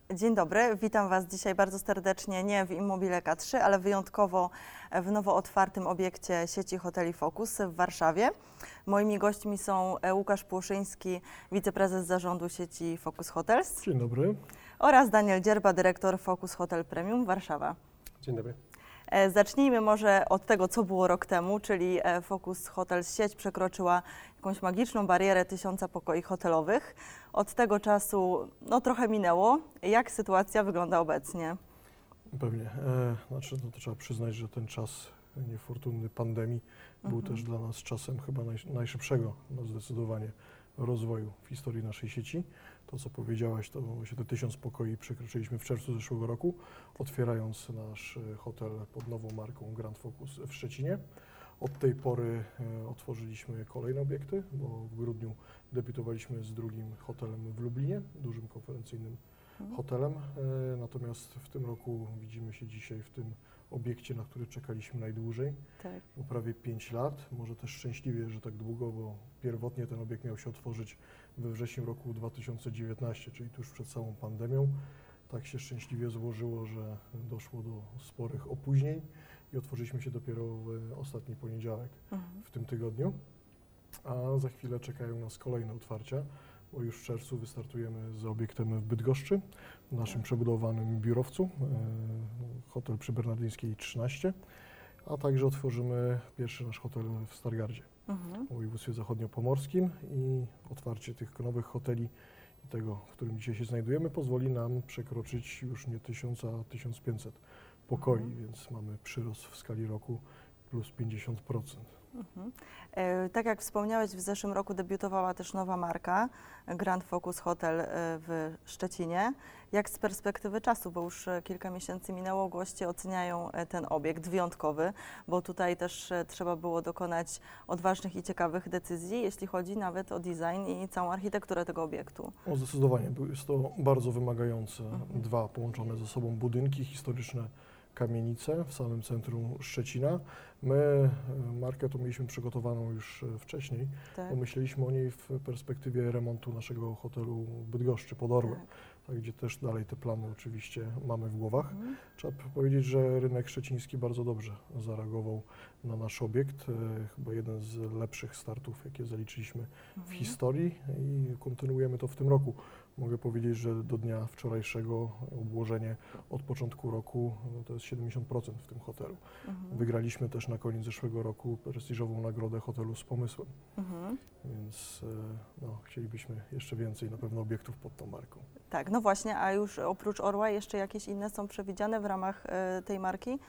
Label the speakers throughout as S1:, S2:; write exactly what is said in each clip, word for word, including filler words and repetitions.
S1: Dzień dobry, witam Was dzisiaj bardzo serdecznie, nie w Immobile K trzy, ale wyjątkowo w nowo otwartym obiekcie sieci hoteli Focus w Warszawie. Moimi gośćmi są Łukasz Płoszyński, wiceprezes zarządu sieci Focus Hotels.
S2: Dzień dobry.
S1: Oraz Daniel Dzierba, dyrektor Focus Hotel Premium Warszawa.
S3: Dzień dobry.
S1: Zacznijmy może od tego, co było rok temu, czyli Focus Hotels sieć przekroczyła jakąś magiczną barierę tysiąca pokoi hotelowych. Od tego czasu no, trochę minęło. Jak sytuacja wygląda obecnie?
S2: Pewnie. E, znaczy, no, to trzeba przyznać, że ten czas niefortunny pandemii mhm. był też dla nas czasem chyba naj, najszybszego, no, zdecydowanie rozwoju w historii naszej sieci. To, co powiedziałaś, to właśnie te tysiąc pokoi przekroczyliśmy w czerwcu zeszłego roku, otwierając nasz hotel pod nową marką Grand Focus w Szczecinie. Od tej pory e, otworzyliśmy kolejne obiekty, bo w grudniu debiutowaliśmy z drugim hotelem w Lublinie, dużym konferencyjnym mhm. hotelem. E, natomiast w tym roku widzimy się dzisiaj w tym obiekcie, na który czekaliśmy najdłużej,
S1: tak.
S2: bo prawie pięć lat. Może też szczęśliwie, że tak długo, bo pierwotnie ten obiekt miał się otworzyć we wrześniu roku dwa tysiące dziewiętnastego, czyli tuż przed samą pandemią. Tak się szczęśliwie złożyło, że doszło do sporych opóźnień i otworzyliśmy się dopiero w ostatni poniedziałek mhm. w tym tygodniu. A za chwilę czekają nas kolejne otwarcia, bo już w czerwcu wystartujemy z obiektem w Bydgoszczy, w naszym tak. przebudowanym biurowcu, e, hotel przy Bernardyńskiej trzynaście, a także otworzymy pierwszy nasz hotel w Stargardzie, mhm. w województwie zachodniopomorskim, i otwarcie tych nowych hoteli i tego, w którym dzisiaj się znajdujemy, pozwoli nam przekroczyć już nie tysiąc, a tysiąc pięćset pokoi, mhm. więc mamy przyrost w skali roku plus pięćdziesiąt procent.
S1: Mhm. E, tak jak wspomniałeś, w zeszłym roku debiutowała też nowa marka Grand Focus Hotel w Szczecinie. Jak z perspektywy czasu, bo już kilka miesięcy minęło, goście oceniają ten obiekt wyjątkowy, bo tutaj też trzeba było dokonać odważnych i ciekawych decyzji, jeśli chodzi nawet o design i całą architekturę tego obiektu.
S2: O, zdecydowanie. Jest to bardzo wymagające, mhm. dwa połączone ze sobą budynki historyczne, kamienice w samym centrum Szczecina. My markę to mieliśmy przygotowaną już wcześniej, tak. bo myśleliśmy o niej w perspektywie remontu naszego hotelu w Bydgoszczy pod Orłem, tak. Tak, gdzie też dalej te plany oczywiście mamy w głowach. Mhm. Trzeba powiedzieć, że rynek szczeciński bardzo dobrze zareagował na nasz obiekt. Chyba jeden z lepszych startów, jakie zaliczyliśmy mhm. w historii, i kontynuujemy to w tym roku. Mogę powiedzieć, że do dnia wczorajszego obłożenie od początku roku no to jest siedemdziesiąt procent w tym hotelu. Mhm. Wygraliśmy też na koniec zeszłego roku prestiżową nagrodę hotelu z pomysłem, mhm. więc no, chcielibyśmy jeszcze więcej na pewno obiektów pod tą marką.
S1: Tak, no właśnie, a już oprócz Orła jeszcze jakieś inne są przewidziane w ramach y, tej marki?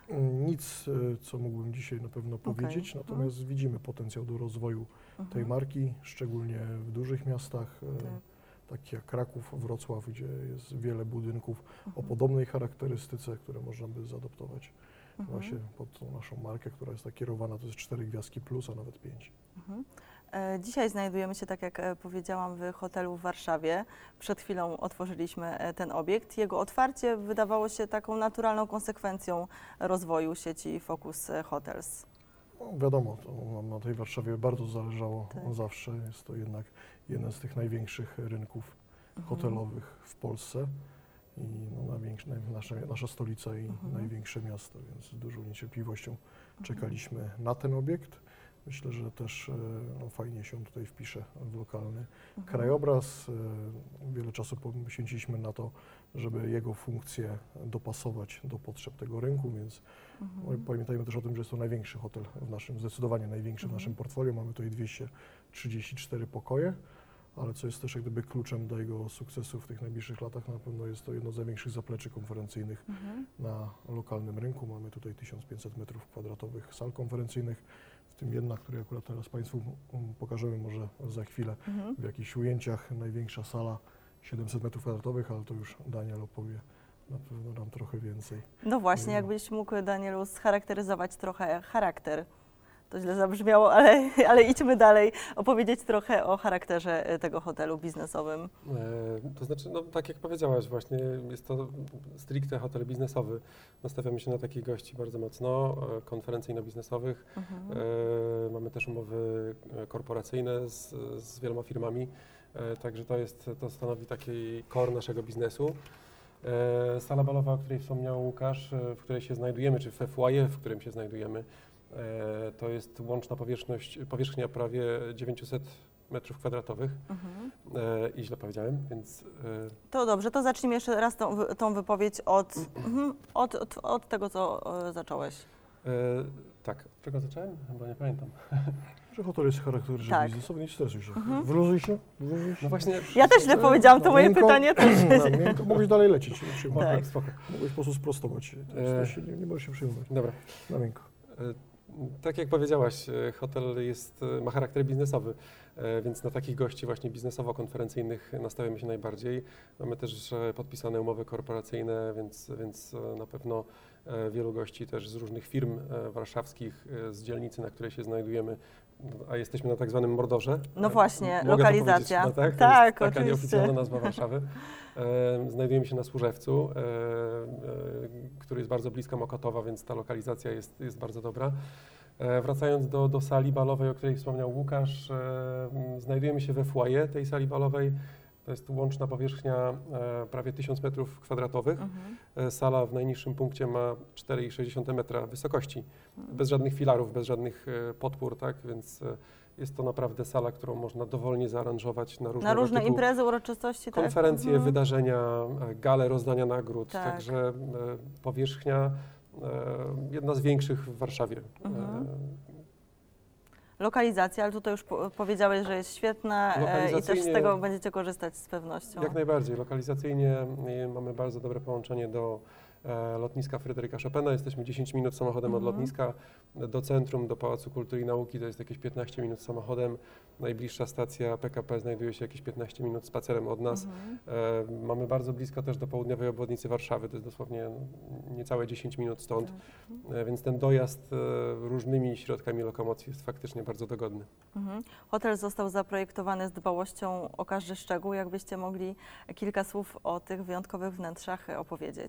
S2: Nic, co mógłbym dzisiaj na pewno powiedzieć, okay. natomiast mhm. widzimy potencjał do rozwoju mhm. tej marki, szczególnie w dużych miastach. Tak. Takich jak Kraków, Wrocław, gdzie jest wiele budynków mhm. o podobnej charakterystyce, które można by zaadoptować mhm. właśnie pod tą naszą markę, która jest tak kierowana, to jest cztery gwiazdki plus, a nawet pięć.
S1: Mhm. E, dzisiaj znajdujemy się, tak jak powiedziałam, w hotelu w Warszawie. Przed chwilą otworzyliśmy ten obiekt. Jego otwarcie wydawało się taką naturalną konsekwencją rozwoju sieci Focus Hotels.
S2: No, wiadomo, to nam na tej Warszawie bardzo zależało tak. zawsze. Jest to jednak jeden z tych największych rynków mhm. hotelowych w Polsce i no, największy, nasza, nasza stolica i mhm. największe miasto, więc z dużą niecierpliwością mhm. czekaliśmy na ten obiekt. Myślę, że też no, fajnie się tutaj wpisze w lokalny mhm. krajobraz. Wiele czasu poświęciliśmy na to, żeby jego funkcję dopasować do potrzeb tego rynku, więc mhm. no, pamiętajmy też o tym, że jest to największy hotel w naszym, zdecydowanie największy mhm. w naszym portfolio. Mamy tutaj dwieście trzydzieści cztery pokoje, ale co jest też jak gdyby kluczem do jego sukcesu w tych najbliższych latach, na pewno jest to jedno z największych zapleczy konferencyjnych mhm. na lokalnym rynku. Mamy tutaj tysiąc pięćset metrów kwadratowych sal konferencyjnych, w tym jedna, której akurat teraz Państwu pokażemy może za chwilę mhm. w jakichś ujęciach. Największa sala siedemset metrów kwadratowych, ale to już Daniel opowie na pewno nam trochę więcej.
S1: No właśnie, jakbyś mógł, Danielu, scharakteryzować trochę charakter. To źle zabrzmiało, ale, ale idźmy dalej, opowiedzieć trochę o charakterze tego hotelu biznesowym.
S3: E, to znaczy, no tak jak powiedziałaś, właśnie jest to stricte hotel biznesowy. Nastawiamy się na takich gości bardzo mocno, e, konferencyjno-biznesowych. Mhm. E, mamy też umowy korporacyjne z, z wieloma firmami, e, także to jest, to stanowi taki core naszego biznesu. E, Sala balowa, o której wspomniał Łukasz, e, w której się znajdujemy, czy we foyer, w którym się znajdujemy, e, to jest łączna powierzchność, powierzchnia prawie dziewięćset metrów kwadratowych.
S1: Mhm.
S3: E, I źle powiedziałem, więc e,
S1: To dobrze, to zacznijmy jeszcze raz tą, wy- tą wypowiedź od, mhm, od, od, od tego, co e, zacząłeś.
S3: e, tak, od czego zacząłem? Chyba nie pamiętam.
S2: Że hotel jest charakterze
S1: Tak.
S2: biznesowy, nie stresuj się.
S1: Mhm.
S2: Wyluzuj się, wyluzuj się.
S3: No właśnie,
S1: Ja też źle powiedziałam, to moje
S2: Miękko-
S1: pytanie też.
S2: No, miękko, mogłeś dalej lecieć, nie przejmuj.
S1: Tak.
S3: spoko.
S2: Mogłeś po prostu sprostować się. To
S3: E.
S2: jest, się nie, nie możesz się przejmować.
S3: Dobra.
S2: Na miękko.
S3: E, Tak jak powiedziałaś, e, hotel jest, e, ma charakter biznesowy, e, więc na takich gości właśnie biznesowo-konferencyjnych nastawiamy się najbardziej. Mamy też e, podpisane umowy korporacyjne, więc, więc e, na pewno e, wielu gości też z różnych firm e, warszawskich, e, z dzielnicy, na której się znajdujemy, a jesteśmy na tak zwanym Mordorze.
S1: No
S3: E,
S1: właśnie,
S3: mogę to
S1: lokalizacja.
S3: powiedzieć, no tak, to
S1: Tak,
S3: jest taka
S1: oczywiście.
S3: nieoficjalna nazwa Warszawy. E, Znajdujemy się na Służewcu, e, e, który jest bardzo blisko Mokotowa, więc ta lokalizacja jest, jest bardzo dobra. E, Wracając do, do sali balowej, o której wspomniał Łukasz, e, m, znajdujemy się we foyer tej sali balowej. To jest łączna powierzchnia e, prawie tysiąc metrów kwadratowych.
S1: Mhm.
S3: E, Sala w najniższym punkcie ma cztery przecinek sześć metra wysokości, bez żadnych filarów, bez żadnych e, podpór, tak? Więc e, jest to naprawdę sala, którą można dowolnie zaaranżować na różne
S1: Na różne imprezy, uroczystości, tak?
S3: konferencje,
S1: Mhm.
S3: wydarzenia, e, gale rozdania nagród.
S1: Tak.
S3: Także e, powierzchnia e, jedna z większych w Warszawie.
S1: Mhm.
S3: E,
S1: Lokalizacja, ale tutaj już po, powiedziałeś, że jest świetna e, i też z
S3: Lokalizacyjnie-
S1: tego będziecie korzystać z pewnością.
S3: Jak najbardziej. Lokalizacyjnie e, mamy bardzo dobre połączenie do e, lotniska Fryderyka Chopina. Jesteśmy dziesięć minut samochodem
S1: Mhm.
S3: od lotniska do centrum, do Pałacu Kultury i Nauki. To jest jakieś piętnaście minut samochodem. Najbliższa stacja P K P znajduje się jakieś piętnaście minut spacerem od nas.
S1: Mhm.
S3: E, mamy bardzo blisko też do południowej obwodnicy Warszawy. To jest dosłownie niecałe dziesięć minut stąd.
S1: Tak.
S3: E, więc ten dojazd e, różnymi środkami lokomocji jest faktycznie bardzo dogodny.
S1: Mhm. Hotel został zaprojektowany z dbałością o każdy szczegół. Jakbyście mogli kilka słów o tych wyjątkowych wnętrzach opowiedzieć?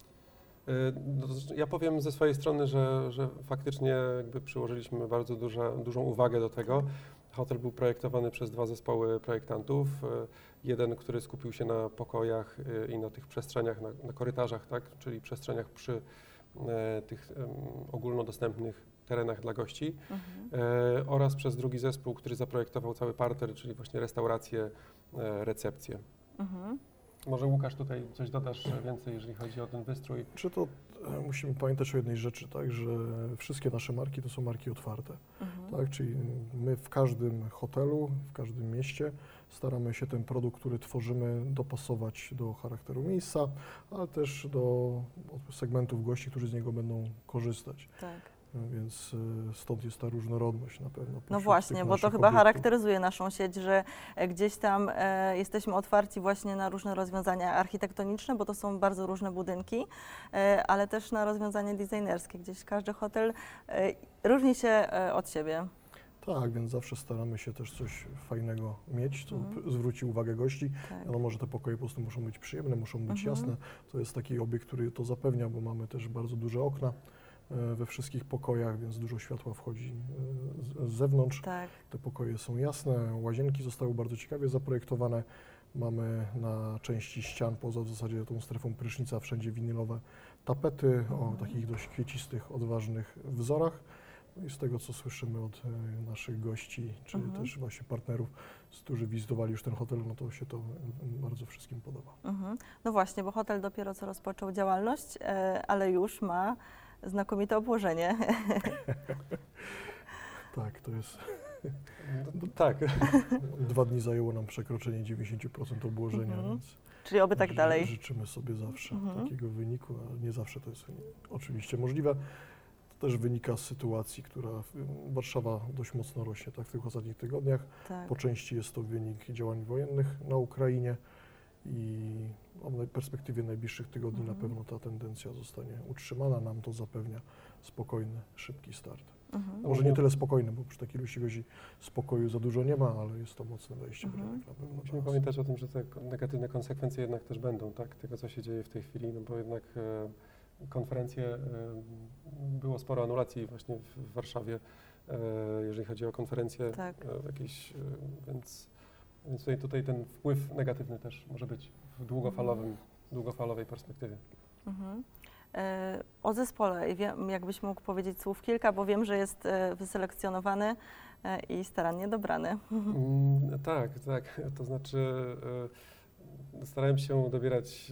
S3: E, no to znaczy, ja powiem ze swojej strony, że, że faktycznie jakby przyłożyliśmy bardzo duża, dużą uwagę do tego. Hotel był projektowany przez dwa zespoły projektantów. E, Jeden, który skupił się na pokojach e, i na tych przestrzeniach, na, na korytarzach, tak? Czyli przestrzeniach przy e, tych em, ogólnodostępnych terenach dla gości.
S1: Mhm.
S3: E, oraz przez drugi zespół, który zaprojektował cały parter, czyli właśnie restaurację, e, recepcję.
S1: Mhm.
S3: Może Łukasz tutaj coś dodasz więcej, jeżeli chodzi o ten wystrój.
S2: Czy to e, musimy pamiętać o jednej rzeczy, tak, że wszystkie nasze marki to są marki otwarte,
S1: Mhm.
S2: tak, czyli my w każdym hotelu, w każdym mieście staramy się ten produkt, który tworzymy, dopasować do charakteru miejsca, ale też do segmentów gości, którzy z niego będą korzystać.
S1: Tak.
S2: Więc e, stąd jest ta różnorodność na pewno.
S1: No
S2: pośród
S1: właśnie,
S2: tych
S1: bo to
S2: naszych
S1: chyba
S2: obiektów.
S1: charakteryzuje naszą sieć, że e, gdzieś tam e, jesteśmy otwarci właśnie na różne rozwiązania architektoniczne, bo to są bardzo różne budynki, e, ale też na rozwiązania designerskie. Gdzieś każdy hotel e, różni się e, od siebie.
S2: Tak, więc zawsze staramy się też coś fajnego mieć, co
S1: Mhm.
S2: p- zwróci uwagę gości.
S1: Tak.
S2: Wiadomo, że te pokoje po prostu muszą być przyjemne, muszą być
S1: Mhm.
S2: jasne. To jest taki obiekt, który to zapewnia, bo mamy też bardzo duże okna e, we wszystkich pokojach, więc dużo światła wchodzi e, z, z zewnątrz.
S1: Tak.
S2: Te pokoje są jasne, łazienki zostały bardzo ciekawie zaprojektowane. Mamy na części ścian, poza w zasadzie tą strefą prysznica, wszędzie winylowe tapety o
S1: Mhm.
S2: takich dość kwiecistych, odważnych wzorach. No i z tego, co słyszymy od e, naszych gości, czy
S1: Mhm.
S2: też właśnie partnerów, z którzy wizytowali już ten hotel, no to się to mm, bardzo wszystkim podoba.
S1: Mhm. No właśnie, bo hotel dopiero co rozpoczął działalność, e, ale już ma znakomite obłożenie.
S2: Tak, to jest,
S3: No, tak,
S2: dwa dni zajęło nam przekroczenie dziewięćdziesiąt procent obłożenia,
S1: Mhm.
S2: więc
S1: Czyli oby tak
S2: ży-
S1: dalej.
S2: życzymy sobie zawsze
S1: Mhm.
S2: takiego wyniku, ale nie zawsze to jest oczywiście możliwe. To też wynika z sytuacji, która w- Warszawa dość mocno rośnie tak, w tych ostatnich tygodniach.
S1: Tak.
S2: Po części jest to wynik działań wojennych na Ukrainie i w perspektywie najbliższych tygodni
S1: Mhm.
S2: na pewno ta tendencja zostanie utrzymana. Nam to zapewnia spokojny, szybki start.
S1: Mhm.
S2: Może nie tyle spokojny, bo przy takiej ilości gości spokoju za dużo nie ma, ale jest to mocne wejście w
S1: Mhm.
S2: rynek na pewno.
S3: musimy
S2: dla nas.
S3: pamiętać o tym, że te ko- negatywne konsekwencje jednak też będą, tak, tego co się dzieje w tej chwili, no bo jednak e, konferencje, e, było sporo anulacji właśnie w, w Warszawie, e, jeżeli chodzi o konferencje
S1: Tak.
S3: e, jakieś, e, więc, więc tutaj, tutaj ten wpływ negatywny też może być w długofalowym, długofalowej perspektywie.
S1: Mhm. E, O zespole, i wiem, jakbyś mógł powiedzieć słów kilka, bo wiem, że jest e, wyselekcjonowany e, i starannie dobrany.
S3: Mm, tak, tak. To znaczy e, starałem się dobierać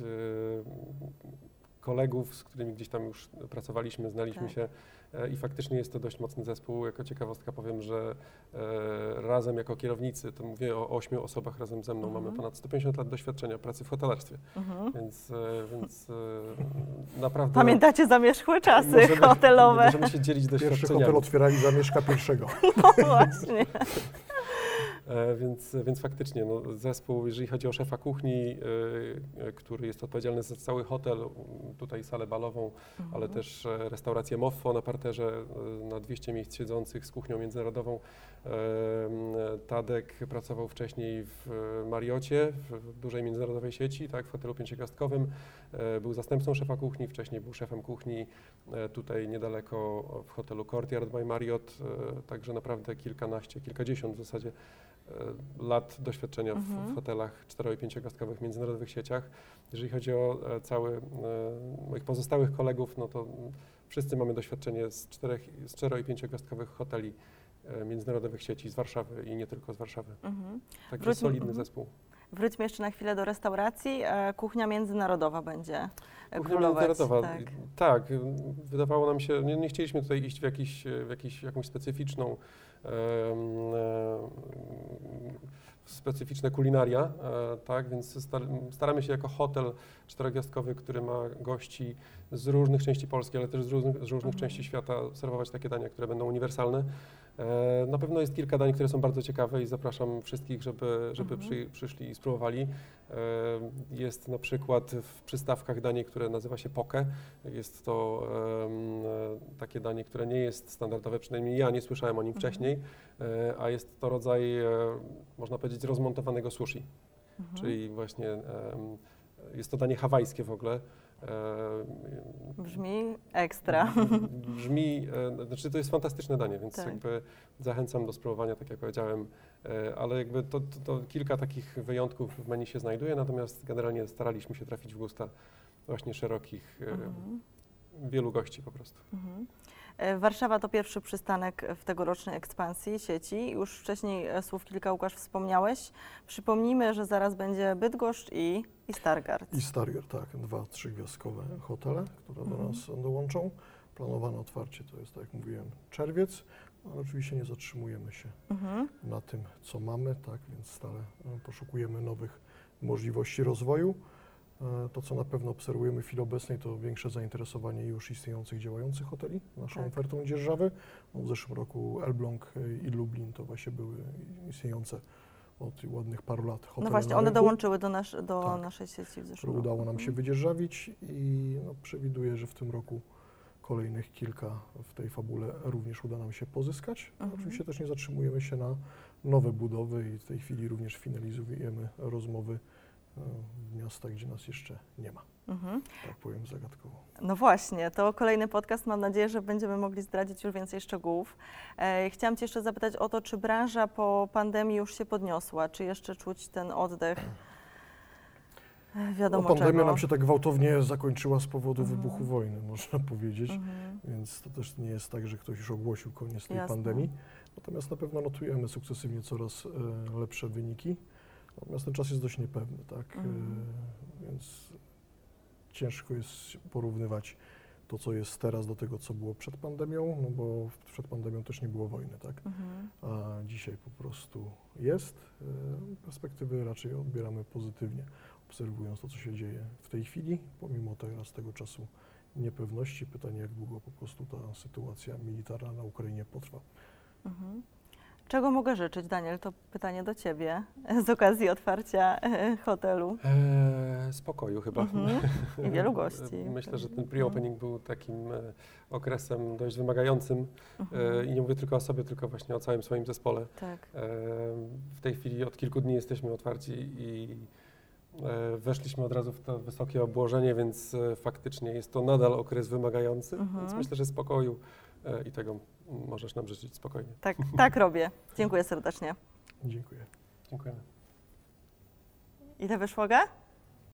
S3: e, kolegów, z którymi gdzieś tam już pracowaliśmy, znaliśmy
S1: Tak.
S3: się e, i faktycznie jest to dość mocny zespół. Jako ciekawostka powiem, że e, razem jako kierownicy, to mówię o ośmiu osobach razem ze mną,
S1: Mhm.
S3: mamy ponad sto pięćdziesiąt lat doświadczenia pracy w hotelarstwie,
S1: Mhm.
S3: więc, e, więc e, naprawdę
S1: Pamiętacie zamierzchłe czasy
S3: możemy,
S1: hotelowe?
S3: możemy się dzielić
S2: Pierwszy
S3: doświadczeniami.
S2: hotel otwierali za Mieszka pierwszego.
S1: No właśnie.
S3: E, więc, więc faktycznie no, zespół, jeżeli chodzi o szefa kuchni, e, e, który jest odpowiedzialny za cały hotel, m, tutaj salę balową,
S1: Mhm.
S3: ale też e, restaurację Moffo na parterze e, na dwieście miejsc siedzących z kuchnią międzynarodową. E, m, Tadek pracował wcześniej w e, Marriocie, w, w dużej międzynarodowej sieci, tak, w hotelu pięciogwiazdkowym. E, był zastępcą szefa kuchni, wcześniej był szefem kuchni e, tutaj niedaleko w hotelu Courtyard by Marriott, e, także naprawdę kilkanaście, kilkadziesiąt w zasadzie e, lat doświadczenia w,
S1: Mhm.
S3: w hotelach cztero- i pięciogwiazdkowych międzynarodowych sieciach. Jeżeli chodzi o e, cały e, moich pozostałych kolegów, no to mm, wszyscy mamy doświadczenie z, czterech, z cztero- i pięciogwiazdkowych hoteli e, międzynarodowych sieci z Warszawy i nie tylko z Warszawy.
S1: Mhm.
S3: Także
S1: Wróćmy-
S3: solidny
S1: mhm.
S3: zespół.
S1: Wróćmy jeszcze na chwilę do restauracji. E, Kuchnia międzynarodowa będzie e,
S3: Kuchnia
S1: królować.
S3: międzynarodowa,
S1: Tak.
S3: tak, y, wydawało nam się, nie, nie chcieliśmy tutaj iść w, jakiś, w jakiś, jakąś specyficzną, em, e, specyficzne kulinaria, e, tak, więc star, staramy się jako hotel czterogwiazdkowy, który ma gości z różnych części Polski, ale też z różnych, z różnych
S1: Mhm.
S3: części świata, serwować takie dania, które będą uniwersalne. E, na pewno jest kilka dań, które są bardzo ciekawe i zapraszam wszystkich, żeby, żeby
S1: Mhm.
S3: przy, przyszli i spróbowali. E, jest na przykład w przystawkach danie, które nazywa się poke. Jest to em, e, takie danie, które nie jest standardowe, przynajmniej ja nie słyszałem o nim
S1: Mhm.
S3: wcześniej, e, a jest to rodzaj, e, można powiedzieć, rozmontowanego sushi,
S1: Mhm.
S3: czyli właśnie em, jest to danie hawajskie w ogóle. E,
S1: Brzmi ekstra.
S3: Brzmi, e, znaczy to jest fantastyczne danie, więc
S1: Tak.
S3: jakby zachęcam do spróbowania, tak jak powiedziałem, e, ale jakby to, to, to kilka takich wyjątków w menu się znajduje, natomiast generalnie staraliśmy się trafić w gusta właśnie szerokich, e,
S1: Mhm.
S3: wielu gości po prostu.
S1: Mhm. E, Warszawa to pierwszy przystanek w tegorocznej ekspansji sieci. Już wcześniej e, słów kilka, Łukasz, wspomniałeś. Przypomnijmy, że zaraz będzie Bydgoszcz i, i Stargard.
S2: I Stargard, tak, dwa trzygwiazdkowe hotele, które do
S1: Mhm.
S2: nas dołączą. Planowane otwarcie to jest, tak jak mówiłem, czerwiec, no, ale oczywiście nie zatrzymujemy się
S1: Mhm.
S2: na tym, co mamy, tak, więc stale e, poszukujemy nowych możliwości rozwoju. E, To, co na pewno obserwujemy w chwili obecnej, to większe zainteresowanie już istniejących, działających hoteli naszą
S1: Tak.
S2: ofertą dzierżawy. No, w zeszłym roku Elbląg i Lublin to właśnie były istniejące od ładnych paru lat hotele
S1: No właśnie,
S2: na
S1: one
S2: rynku,
S1: dołączyły do, nasz, do
S2: Tak.
S1: naszej sieci w
S2: które
S1: zeszłym roku.
S2: udało nam się
S1: Mhm.
S2: wydzierżawić i no, przewiduję, że w tym roku kolejnych kilka w tej fabule również uda nam się pozyskać.
S1: Mhm.
S2: Oczywiście też nie zatrzymujemy się na nowe budowy i w tej chwili również finalizujemy rozmowy e, w miastach, gdzie nas jeszcze nie ma,
S1: Mhm.
S2: tak powiem zagadkowo.
S1: No właśnie, to kolejny podcast. Mam nadzieję, że będziemy mogli zdradzić już więcej szczegółów. E, chciałam Cię jeszcze zapytać o to, czy branża po pandemii już się podniosła, czy jeszcze czuć ten oddech? E,
S2: No,
S1: wiadomo
S2: pandemia
S1: czego.
S2: nam się tak gwałtownie zakończyła z powodu
S1: Mhm.
S2: wybuchu wojny, można powiedzieć,
S1: Mhm.
S2: więc to też nie jest tak, że ktoś już ogłosił koniec tej
S1: Jasne.
S2: pandemii. Natomiast na pewno notujemy sukcesywnie coraz e, lepsze wyniki. Natomiast ten czas jest dość niepewny, tak?
S1: Mhm.
S2: E, więc ciężko jest porównywać to, co jest teraz, do tego, co było przed pandemią, no bo w- przed pandemią też nie było wojny, tak?
S1: Mhm.
S2: A dzisiaj po prostu jest. E, Perspektywy raczej odbieramy pozytywnie, obserwując to, co się dzieje w tej chwili, pomimo teraz tego czasu niepewności. Pytanie, jak długo po prostu ta sytuacja militarna na Ukrainie potrwa.
S1: Mhm. Czego mogę życzyć, Daniel? To pytanie do Ciebie z okazji otwarcia e, hotelu.
S3: Eee, spokoju chyba.
S1: Mhm. I wielu gości.
S3: Myślę, że ten pre-opening był takim e, okresem dość wymagającym
S1: Mhm.
S3: e, i nie mówię tylko o sobie, tylko właśnie o całym swoim zespole.
S1: Tak.
S3: E, w tej chwili od kilku dni jesteśmy otwarci i e, weszliśmy od razu w to wysokie obłożenie, więc e, faktycznie jest to nadal okres wymagający,
S1: Mhm.
S3: więc myślę, że spokoju e, i tego możesz nam życzyć spokojnie.
S1: Tak, tak robię. Dziękuję serdecznie.
S2: Dziękuję.
S3: Dziękujemy.
S1: Ile wyszło, Ga?